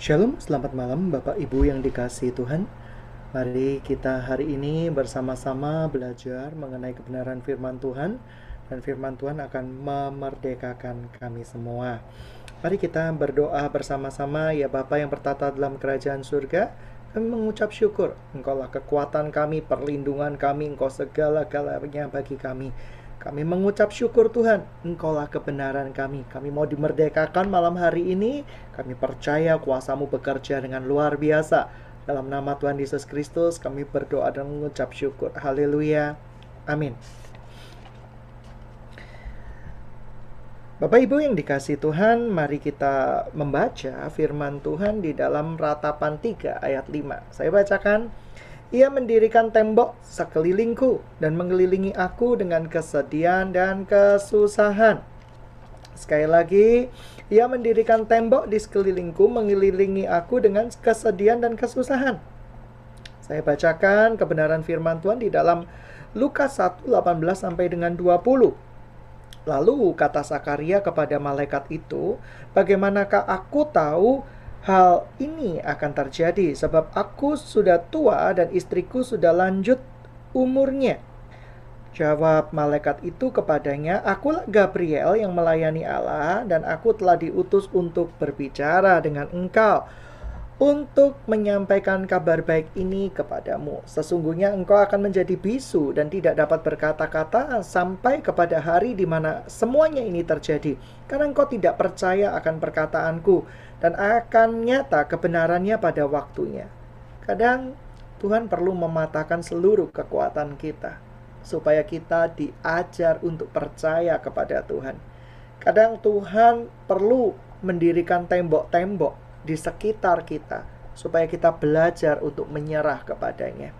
Shalom, selamat malam Bapak Ibu yang dikasihi Tuhan. Mari kita hari ini bersama-sama belajar mengenai kebenaran firman Tuhan. Dan firman Tuhan akan memerdekakan kami semua. Mari kita berdoa bersama-sama. Ya Bapa yang bertata dalam kerajaan surga, kami mengucap syukur. Engkaulah kekuatan kami, perlindungan kami, Engkau segala-galanya bagi kami. Kami mengucap syukur Tuhan, Engkaulah kebenaran kami. Kami mau dimerdekakan malam hari ini. Kami percaya kuasa-Mu bekerja dengan luar biasa. Dalam nama Tuhan Yesus Kristus kami berdoa dan mengucap syukur. Haleluya. Amin. Bapak Ibu yang dikasihi Tuhan, mari kita membaca firman Tuhan di dalam Ratapan 3 ayat 5. Saya bacakan. Ia mendirikan tembok sekelilingku dan mengelilingi aku dengan kesedihan dan kesusahan. Sekali lagi, ia mendirikan tembok di sekelilingku, mengelilingi aku dengan kesedihan dan kesusahan. Saya bacakan kebenaran firman Tuhan di dalam Lukas 1:18 sampai dengan 20. Lalu kata Sakaria kepada malaikat itu, bagaimanakah aku tahu hal ini akan terjadi, sebab aku sudah tua dan istriku sudah lanjut umurnya. Jawab malaikat itu kepadanya, akulah Gabriel yang melayani Allah, dan aku telah diutus untuk berbicara dengan engkau, untuk menyampaikan kabar baik ini kepadamu. Sesungguhnya engkau akan menjadi bisu dan tidak dapat berkata-kata sampai kepada hari di mana semuanya ini terjadi, karena engkau tidak percaya akan perkataanku, dan akan nyata kebenarannya pada waktunya. Kadang Tuhan perlu mematahkan seluruh kekuatan kita, supaya kita diajar untuk percaya kepada Tuhan. Kadang Tuhan perlu mendirikan tembok-tembok di sekitar kita, supaya kita belajar untuk menyerah kepadanya.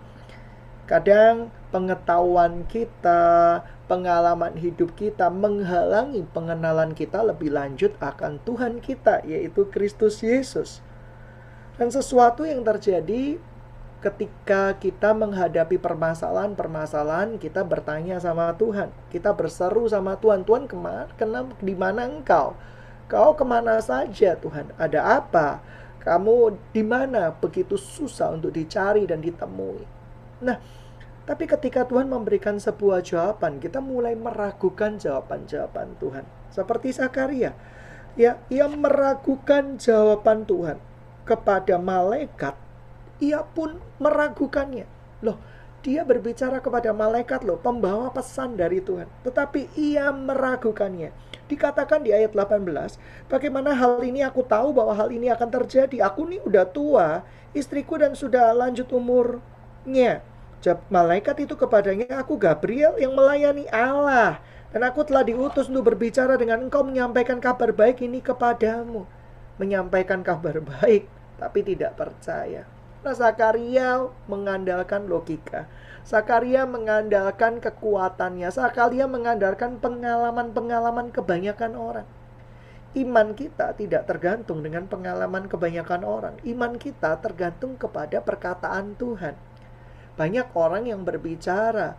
Kadang pengetahuan kita, pengalaman hidup kita menghalangi pengenalan kita lebih lanjut akan Tuhan kita, yaitu Kristus Yesus. Dan sesuatu yang terjadi ketika kita menghadapi permasalahan-permasalahan, kita bertanya sama Tuhan, kita berseru sama Tuhan, Tuhan di mana engkau? Kau kemana saja Tuhan? Ada apa? Kamu di mana? Begitu susah untuk dicari dan ditemui. Nah, tapi ketika Tuhan memberikan sebuah jawaban, kita mulai meragukan jawaban-jawaban Tuhan. Seperti Sakaria, ya, ia meragukan jawaban Tuhan kepada malaikat. Ia pun meragukannya. Loh, dia berbicara kepada malaikat loh, pembawa pesan dari Tuhan. Tetapi ia meragukannya. Dikatakan di ayat 18, bagaimana hal ini aku tahu bahwa hal ini akan terjadi. Aku nih udah tua, istriku dan sudah lanjut umurnya. Jawab malaikat itu kepadanya, aku Gabriel yang melayani Allah, dan aku telah diutus untuk berbicara dengan engkau, menyampaikan kabar baik ini kepadamu. Menyampaikan kabar baik, tapi tidak percaya. Nah, Sakaria mengandalkan logika. Sakaria mengandalkan kekuatannya. Sakaria mengandalkan pengalaman-pengalaman kebanyakan orang. Iman kita tidak tergantung dengan pengalaman kebanyakan orang. Iman kita tergantung kepada perkataan Tuhan. Banyak orang yang berbicara,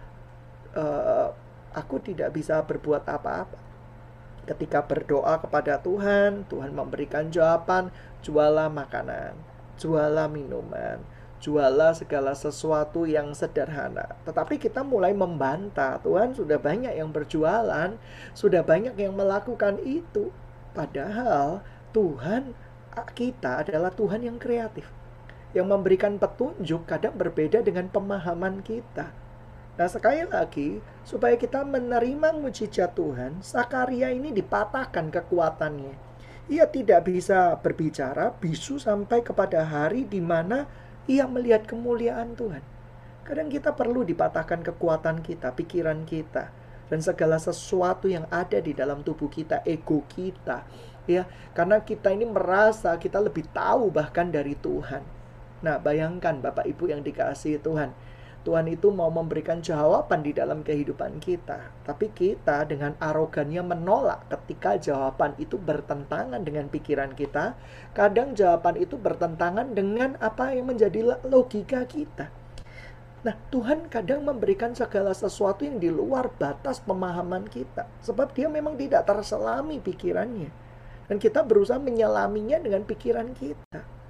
aku tidak bisa berbuat apa-apa. Ketika berdoa kepada Tuhan, Tuhan memberikan jawaban, jualah makanan, jualah minuman, jualah segala sesuatu yang sederhana. Tetapi kita mulai membantah, Tuhan sudah banyak yang berjualan, sudah banyak yang melakukan itu. Padahal Tuhan kita adalah Tuhan yang kreatif, yang memberikan petunjuk kadang berbeda dengan pemahaman kita. Nah, sekali lagi, supaya kita menerima mujizat Tuhan, Sakaria ini dipatahkan kekuatannya. Ia tidak bisa berbicara, bisu sampai kepada hari di mana ia melihat kemuliaan Tuhan. Kadang kita perlu dipatahkan kekuatan kita, pikiran kita, dan segala sesuatu yang ada di dalam tubuh kita, ego kita, ya, karena kita ini merasa kita lebih tahu bahkan dari Tuhan. Nah, bayangkan Bapak Ibu yang dikasihi Tuhan, Tuhan itu mau memberikan jawaban di dalam kehidupan kita, tapi kita dengan arogannya menolak ketika jawaban itu bertentangan dengan pikiran kita. Kadang jawaban itu bertentangan dengan apa yang menjadi logika kita. Nah, Tuhan kadang memberikan segala sesuatu yang di luar batas pemahaman kita, sebab dia memang tidak terselami pikirannya. Dan kita berusaha menyelaminya dengan pikiran kita.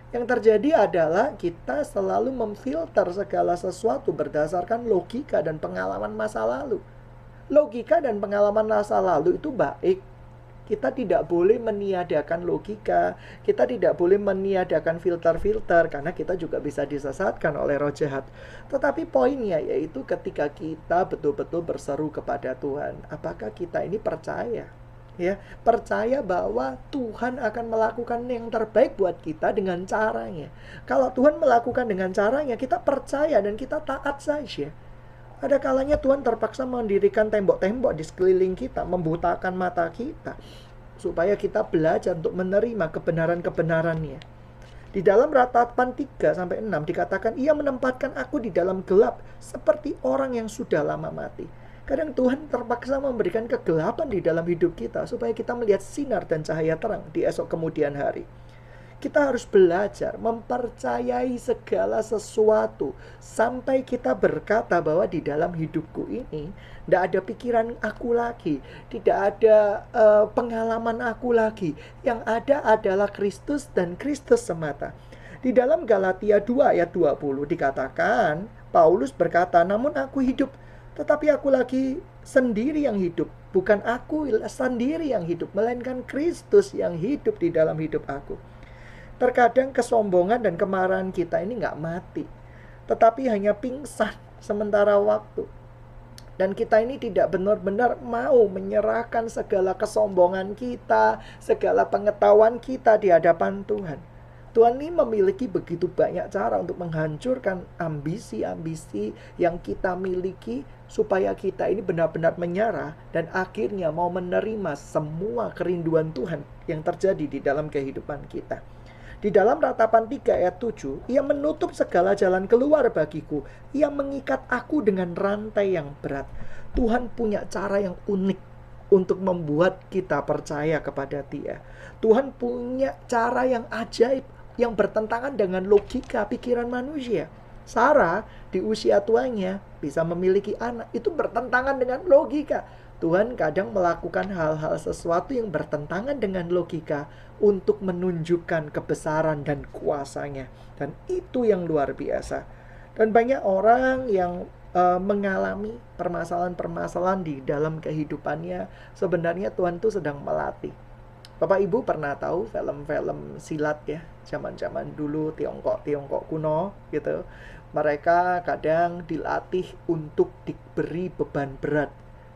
Yang terjadi adalah kita selalu memfilter segala sesuatu berdasarkan logika dan pengalaman masa lalu. Logika dan pengalaman masa lalu itu baik. Kita tidak boleh meniadakan logika, kita tidak boleh meniadakan filter-filter, karena kita juga bisa disesatkan oleh roh jahat. Tetapi poinnya yaitu ketika kita betul-betul berseru kepada Tuhan, apakah kita ini percaya? Ya, percaya bahwa Tuhan akan melakukan yang terbaik buat kita dengan caranya. Kalau Tuhan melakukan dengan caranya, kita percaya dan kita taat saja. Ada kalanya Tuhan terpaksa mendirikan tembok-tembok di sekeliling kita, membutakan mata kita, supaya kita belajar untuk menerima kebenaran-kebenarannya. Di dalam ratapan 3-6 dikatakan, ia menempatkan aku di dalam gelap seperti orang yang sudah lama mati. Kadang Tuhan terpaksa memberikan kegelapan di dalam hidup kita, supaya kita melihat sinar dan cahaya terang di esok kemudian hari. Kita harus belajar mempercayai segala sesuatu sampai kita berkata bahwa di dalam hidupku ini tidak ada pikiran aku lagi, tidak ada pengalaman aku lagi. Yang ada adalah Kristus dan Kristus semata. Di dalam Galatia 2 ayat 20 dikatakan, Paulus berkata, namun aku hidup, tetapi aku lagi sendiri yang hidup. Bukan aku sendiri yang hidup, melainkan Kristus yang hidup di dalam hidup aku. Terkadang kesombongan dan kemarahan kita ini nggak mati, tetapi hanya pingsan sementara waktu. Dan kita ini tidak benar-benar mau menyerahkan segala kesombongan kita, segala pengetahuan kita di hadapan Tuhan. Tuhan ini memiliki begitu banyak cara untuk menghancurkan ambisi-ambisi yang kita miliki, supaya kita ini benar-benar menyerah dan akhirnya mau menerima semua kerinduan Tuhan yang terjadi di dalam kehidupan kita. Di dalam ratapan 3 ayat 7, ia menutup segala jalan keluar bagiku. Ia mengikat aku dengan rantai yang berat. Tuhan punya cara yang unik untuk membuat kita percaya kepada Dia. Tuhan punya cara yang ajaib, yang bertentangan dengan logika pikiran manusia. Sarah di usia tuanya bisa memiliki anak, itu bertentangan dengan logika. Tuhan kadang melakukan hal-hal sesuatu yang bertentangan dengan logika untuk menunjukkan kebesaran dan kuasanya. Dan itu yang luar biasa. Dan banyak orang yang mengalami permasalahan-permasalahan di dalam kehidupannya, sebenarnya Tuhan tuh sedang melatih. Bapak Ibu pernah tahu film-film silat ya, zaman-zaman dulu Tiongkok kuno gitu. Mereka kadang dilatih untuk diberi beban berat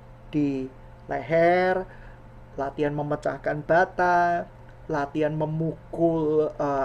di leher, latihan memecahkan bata, latihan memukul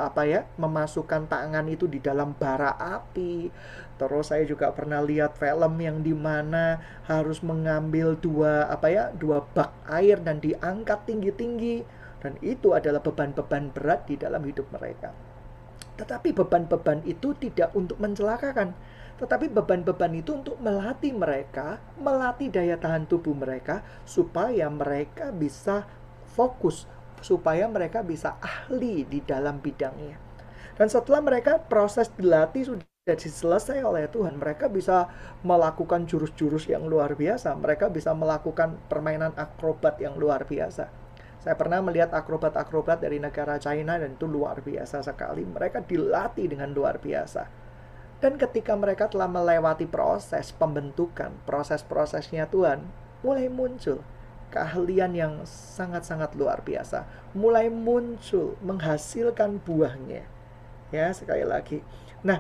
memasukkan tangan itu di dalam bara api. Terus saya juga pernah lihat film yang dimana harus mengambil dua bak air dan diangkat tinggi-tinggi, dan itu adalah beban-beban berat di dalam hidup mereka. Tetapi beban-beban itu tidak untuk mencelakakan, tetapi beban-beban itu untuk melatih mereka, melatih daya tahan tubuh mereka, supaya mereka bisa fokus, supaya mereka bisa ahli di dalam bidangnya. Dan setelah mereka proses dilatih sudah selesai oleh Tuhan, mereka bisa melakukan jurus-jurus yang luar biasa, mereka bisa melakukan permainan akrobat yang luar biasa. Saya pernah melihat akrobat-akrobat dari negara China dan itu luar biasa sekali. Mereka dilatih dengan luar biasa. Dan ketika mereka telah melewati proses pembentukan, proses-prosesnya Tuhan, mulai muncul keahlian yang sangat-sangat luar biasa. Mulai muncul, menghasilkan buahnya. Ya, sekali lagi. Nah,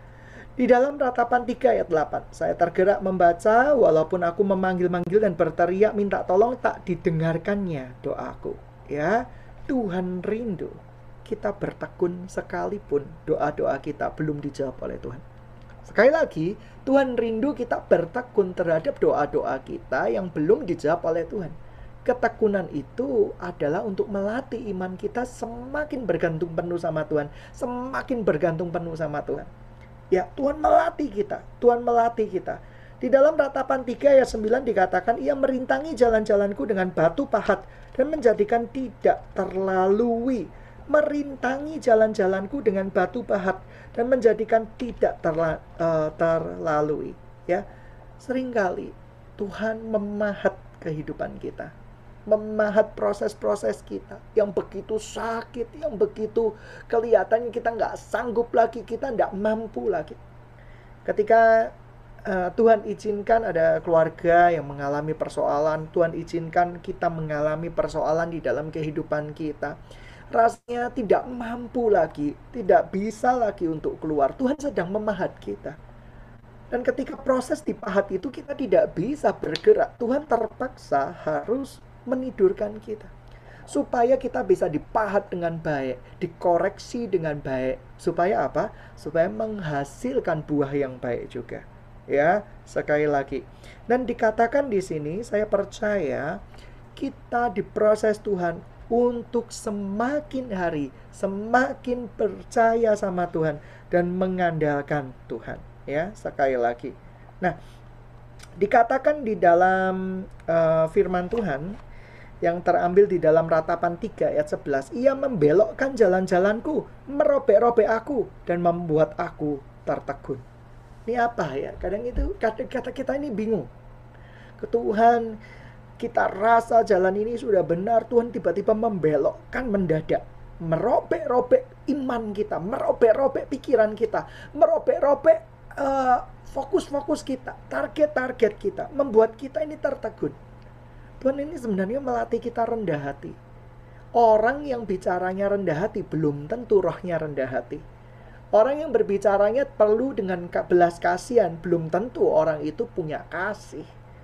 di dalam ratapan 3 ayat 8, saya tergerak membaca, walaupun aku memanggil-manggil dan berteriak minta tolong, tak didengarkannya doaku. Ya, Tuhan rindu kita bertekun sekalipun doa-doa kita belum dijawab oleh Tuhan. Sekali lagi, Tuhan rindu kita bertekun terhadap doa-doa kita yang belum dijawab oleh Tuhan. Ketekunan itu adalah untuk melatih iman kita semakin bergantung penuh sama Tuhan, semakin bergantung penuh sama Tuhan. Ya, Tuhan melatih kita. Tuhan melatih kita. Di dalam ratapan 3 ayat 9 dikatakan, ia merintangi jalan-jalanku dengan batu pahat dan menjadikan tidak terlalui. Merintangi jalan-jalanku dengan batu pahat dan menjadikan tidak terlalui. Ya, seringkali Tuhan memahat kehidupan kita. memahat proses-proses kita yang begitu sakit, yang begitu kelihatannya kita nggak sanggup lagi, kita nggak mampu lagi. Ketika Tuhan izinkan ada keluarga yang mengalami persoalan, Tuhan izinkan kita mengalami persoalan di dalam kehidupan kita, rasanya tidak mampu lagi, tidak bisa lagi untuk keluar. Tuhan sedang memahat kita. Dan ketika proses dipahat itu kita tidak bisa bergerak, Tuhan terpaksa harus menidurkan kita supaya kita bisa dipahat dengan baik, dikoreksi dengan baik. Supaya apa? Supaya menghasilkan buah yang baik juga. Ya, sekali lagi. Dan dikatakan di sini, saya percaya kita diproses Tuhan untuk semakin hari semakin percaya sama Tuhan dan mengandalkan Tuhan. Ya, sekali lagi. Nah, dikatakan di dalam firman Tuhan yang terambil di dalam Ratapan 3 ayat 11, ia membelokkan jalan-jalanku, merobek-robek aku, dan membuat aku tertegun. Ini apa ya? Kadang itu kata kita ini bingung. Ke Tuhan, kita rasa jalan ini sudah benar, Tuhan tiba-tiba membelokkan mendadak, merobek-robek iman kita, merobek-robek pikiran kita, merobek-robek fokus-fokus kita, target-target kita, membuat kita ini tertegun. Tuhan ini sebenarnya melatih kita rendah hati. Orang yang bicaranya rendah hati belum tentu rohnya rendah hati. Orang yang berbicaranya perlu dengan belas kasihan, belum tentu orang itu punya kasih.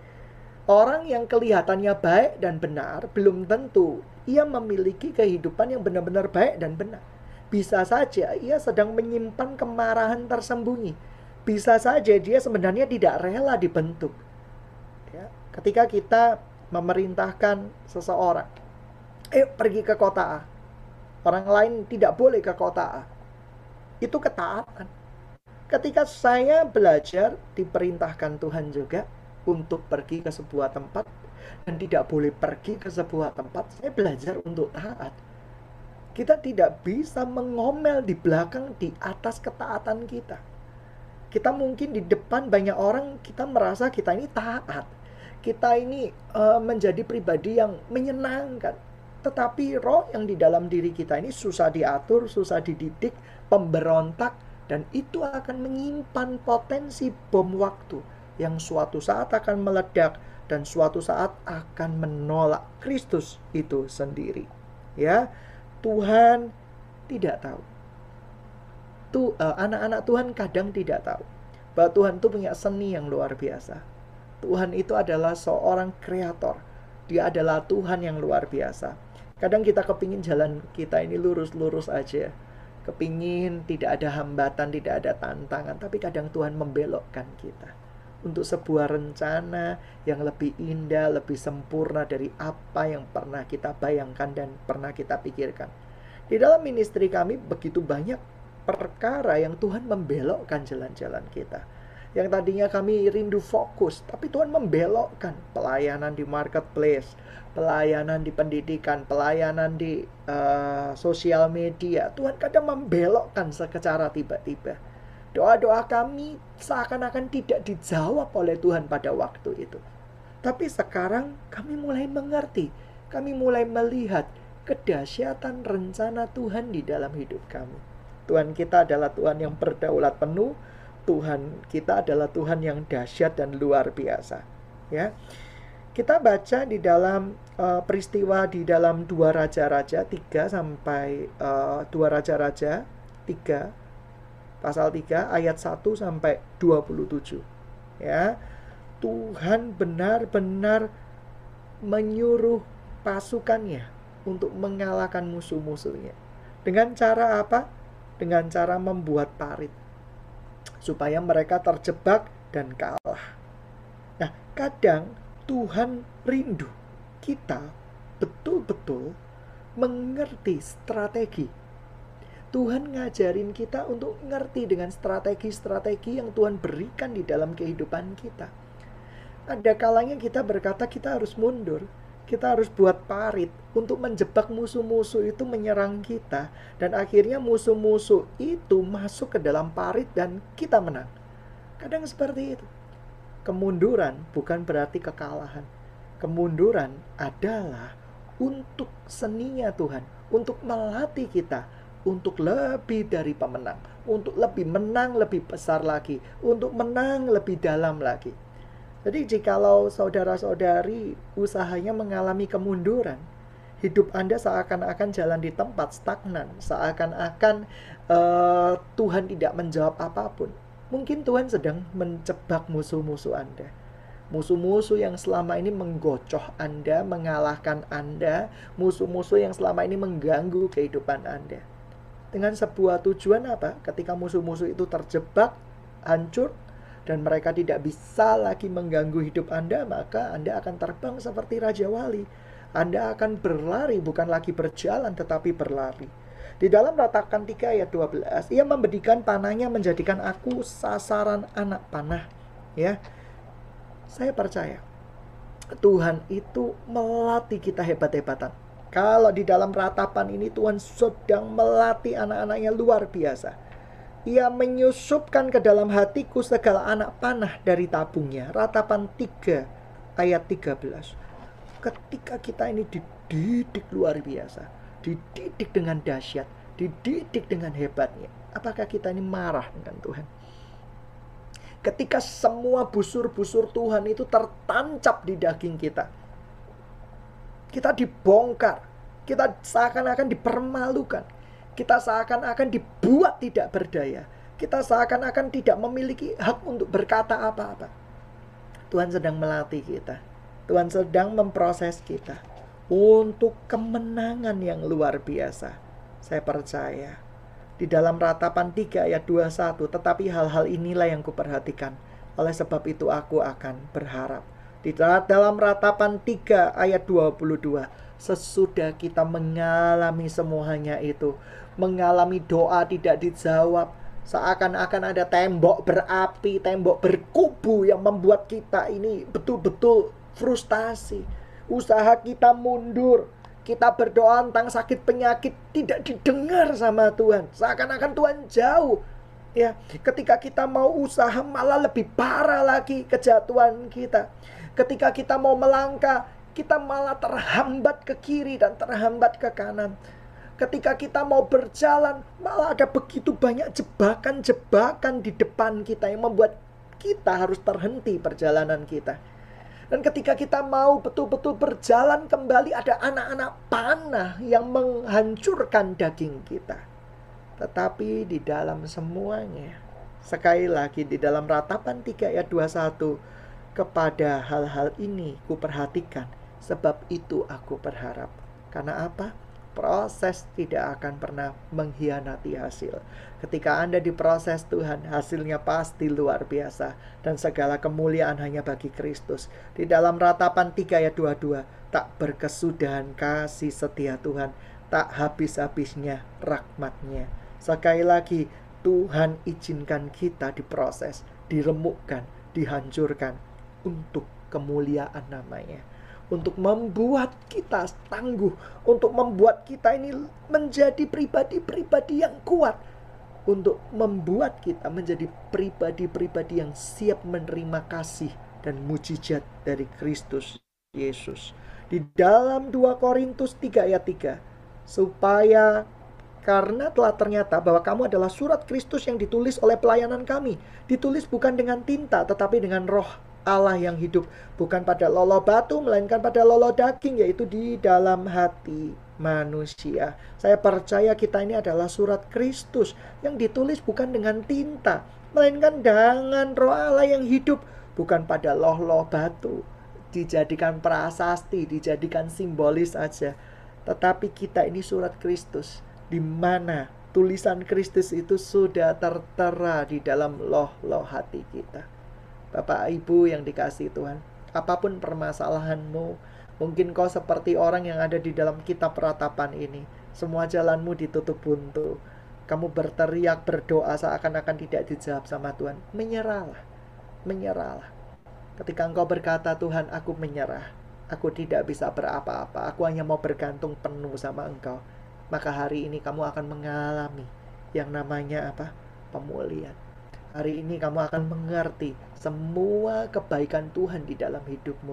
Orang yang kelihatannya baik dan benar, belum tentu ia memiliki kehidupan yang benar-benar baik dan benar. Bisa saja ia sedang menyimpan kemarahan tersembunyi. Bisa saja dia sebenarnya tidak rela dibentuk. Ya, ketika kita memerintahkan seseorang, pergi ke kota A, orang lain tidak boleh ke kota A, itu ketaatan. Ketika saya belajar diperintahkan Tuhan juga untuk pergi ke sebuah tempat dan tidak boleh pergi ke sebuah tempat, saya belajar untuk taat. Kita tidak bisa mengomel di belakang di atas ketaatan kita. Kita mungkin di depan banyak orang kita merasa kita ini taat, kita ini menjadi pribadi yang menyenangkan. Tetapi roh yang di dalam diri kita ini susah diatur, susah dididik, pemberontak, dan itu akan menyimpan potensi bom waktu yang suatu saat akan meledak dan suatu saat akan menolak Kristus itu sendiri. Ya, Tuhan tidak tahu. Anak-anak Tuhan kadang tidak tahu bahwa Tuhan itu punya seni yang luar biasa. Tuhan itu adalah seorang kreator. Dia adalah Tuhan yang luar biasa. Kadang kita kepingin jalan kita ini lurus-lurus aja, kepingin tidak ada hambatan, tidak ada tantangan. Tapi kadang Tuhan membelokkan kita untuk sebuah rencana yang lebih indah, lebih sempurna dari apa yang pernah kita bayangkan dan pernah kita pikirkan. Di dalam ministry kami begitu banyak perkara yang Tuhan membelokkan jalan-jalan kita. Yang tadinya kami rindu fokus, tapi Tuhan membelokkan pelayanan di marketplace, pelayanan di pendidikan, pelayanan di sosial media. Tuhan kadang membelokkan secara tiba-tiba. Doa-doa kami seakan-akan tidak dijawab oleh Tuhan pada waktu itu. Tapi sekarang kami mulai mengerti, kami mulai melihat kedahsyatan rencana Tuhan di dalam hidup kami. Tuhan kita adalah Tuhan yang berdaulat penuh. Tuhan kita adalah Tuhan yang dahsyat dan luar biasa. Ya, kita baca di dalam peristiwa di dalam 2 Raja-Raja 3 sampai 2 Raja-Raja 3 pasal 3 ayat 1 sampai 27. Ya, Tuhan benar-benar menyuruh pasukannya untuk mengalahkan musuh-musuhnya. Dengan cara apa? Dengan cara membuat parit supaya mereka terjebak dan kalah. Nah, kadang Tuhan rindu kita betul-betul mengerti strategi. Tuhan ngajarin kita untuk ngerti dengan strategi-strategi yang Tuhan berikan di dalam kehidupan kita. Ada kalanya kita berkata kita harus mundur, kita harus buat parit untuk menjebak musuh-musuh itu menyerang kita. Dan akhirnya musuh-musuh itu masuk ke dalam parit dan kita menang. Kadang seperti itu. Kemunduran bukan berarti kekalahan. Kemunduran adalah untuk seninya Tuhan, untuk melatih kita, untuk lebih dari pemenang, untuk lebih menang lebih besar lagi, untuk menang lebih dalam lagi. Jadi jikalau saudara-saudari usahanya mengalami kemunduran, hidup Anda seakan-akan jalan di tempat stagnan, seakan-akan Tuhan tidak menjawab apapun. Mungkin Tuhan sedang mencebak musuh-musuh Anda. Musuh-musuh yang selama ini menggocoh Anda, mengalahkan Anda, musuh-musuh yang selama ini mengganggu kehidupan Anda. Dengan sebuah tujuan apa? Ketika musuh-musuh itu terjebak, hancur, dan mereka tidak bisa lagi mengganggu hidup Anda, maka Anda akan terbang seperti Raja Wali. Anda akan berlari, bukan lagi berjalan, tetapi berlari. Di dalam Ratakan 3 ayat 12, ia membedikan panahnya menjadikan aku sasaran anak panah. Ya, saya percaya Tuhan itu melatih kita hebat-hebatan. Kalau di dalam ratapan ini Tuhan sedang melatih anak-anaknya luar biasa. Ia menyusupkan ke dalam hatiku segala anak panah dari tabungnya. Ratapan 3 ayat 13. Ketika kita ini dididik luar biasa, dididik dengan dahsyat, dididik dengan hebatnya, apakah kita ini marah dengan Tuhan? Ketika semua busur-busur Tuhan itu tertancap di daging kita, kita dibongkar, kita seakan-akan dipermalukan, kita seakan-akan dibuat tidak berdaya, kita seakan-akan tidak memiliki hak untuk berkata apa-apa. Tuhan sedang melatih kita, Tuhan sedang memproses kita untuk kemenangan yang luar biasa. Saya percaya di dalam Ratapan 3 ayat 21, tetapi hal-hal inilah yang kuperhatikan, oleh sebab itu aku akan berharap. Di dalam Ratapan 3 ayat 22, sesudah kita mengalami semuanya itu, mengalami doa tidak dijawab, seakan-akan ada tembok berapi, tembok berkubu yang membuat kita ini betul-betul frustasi. Usaha kita mundur, kita berdoa tentang sakit penyakit tidak didengar sama Tuhan. Seakan-akan Tuhan jauh. Ya, ketika kita mau usaha malah lebih parah lagi kejatuhan kita. Ketika kita mau melangkah, kita malah terhambat ke kiri dan terhambat ke kanan. Ketika kita mau berjalan, malah ada begitu banyak jebakan-jebakan di depan kita yang membuat kita harus terhenti perjalanan kita. Dan ketika kita mau betul-betul berjalan kembali, ada anak-anak panah yang menghancurkan daging kita. Tetapi di dalam semuanya, sekali lagi di dalam Ratapan 3 ayat 21, kepada hal-hal ini kuperhatikan, sebab itu aku berharap. Karena apa? Proses tidak akan pernah mengkhianati hasil. Ketika Anda diproses Tuhan, hasilnya pasti luar biasa, dan segala kemuliaan hanya bagi Kristus. Di dalam Ratapan 3 ayat 22, tak berkesudahan kasih setia Tuhan, tak habis-habisnya rahmat-Nya. Sekali lagi, Tuhan izinkan kita diproses, diremukkan, dihancurkan untuk kemuliaan namanya, untuk membuat kita tangguh, untuk membuat kita ini menjadi pribadi-pribadi yang kuat, untuk membuat kita menjadi pribadi-pribadi yang siap menerima kasih dan mujizat dari Kristus Yesus. Di dalam 2 Korintus 3 ayat 3, supaya karena telah ternyata bahwa kamu adalah surat Kristus yang ditulis oleh pelayanan kami, ditulis bukan dengan tinta tetapi dengan roh Allah yang hidup, bukan pada lolo batu melainkan pada lolo daging, yaitu di dalam hati manusia. Saya percaya kita ini adalah surat Kristus yang ditulis bukan dengan tinta melainkan dengan roh Allah yang hidup, bukan pada loh-loh batu dijadikan prasasti, dijadikan simbolis saja. Tetapi kita ini surat Kristus, di mana tulisan Kristus itu sudah tertera di dalam loh-loh hati kita. Bapak Ibu yang dikasihi Tuhan, apapun permasalahanmu, mungkin kau seperti orang yang ada di dalam kitab Ratapan ini. Semua jalanmu ditutup buntu. Kamu berteriak, berdoa seakan-akan tidak dijawab sama Tuhan. Menyerahlah, menyerahlah. Ketika engkau berkata, Tuhan, aku menyerah, aku tidak bisa berapa-apa, aku hanya mau bergantung penuh sama Engkau, maka hari ini kamu akan mengalami yang namanya apa? Pemulihan. Hari ini kamu akan mengerti semua kebaikan Tuhan di dalam hidupmu.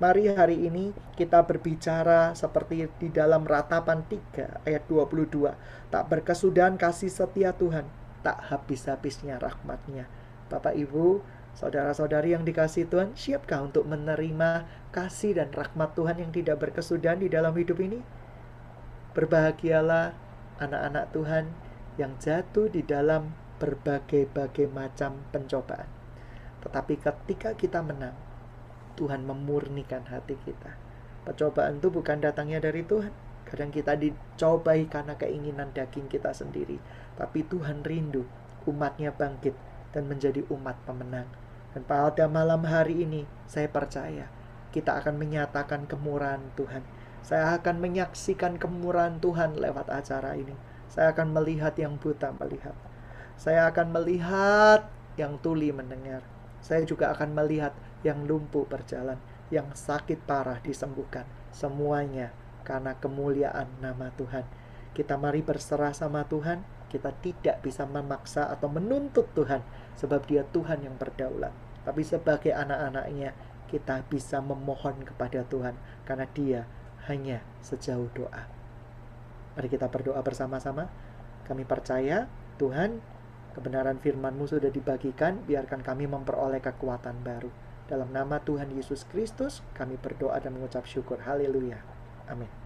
Mari hari ini kita berbicara seperti di dalam Ratapan 3 ayat 22. Tak berkesudahan kasih setia Tuhan, tak habis-habisnya rahmat-Nya. Bapak Ibu, saudara-saudari yang dikasihi Tuhan, siapkah untuk menerima kasih dan rahmat Tuhan yang tidak berkesudahan di dalam hidup ini? Berbahagialah anak-anak Tuhan yang jatuh di dalam berbagai-bagai macam pencobaan. Tetapi ketika kita menang, Tuhan memurnikan hati kita. Pencobaan itu bukan datangnya dari Tuhan. Kadang kita dicobai karena keinginan daging kita sendiri. Tapi Tuhan rindu umatnya bangkit dan menjadi umat pemenang. Dan pada malam hari ini, saya percaya kita akan menyatakan kemurahan Tuhan. Saya akan menyaksikan kemurahan Tuhan lewat acara ini. Saya akan melihat yang buta melihat. Saya akan melihat yang tuli mendengar. Saya juga akan melihat yang lumpuh berjalan, yang sakit parah disembuhkan. Semuanya karena kemuliaan nama Tuhan. Kita mari berserah sama Tuhan. Kita tidak bisa memaksa atau menuntut Tuhan, sebab Dia Tuhan yang berdaulat. Tapi sebagai anak-anak-Nya, kita bisa memohon kepada Tuhan, karena Dia hanya sejauh doa. Mari kita berdoa bersama-sama. Kami percaya, Tuhan, kebenaran firman-Mu sudah dibagikan, biarkan kami memperoleh kekuatan baru. Dalam nama Tuhan Yesus Kristus, kami berdoa dan mengucap syukur. Haleluya. Amin.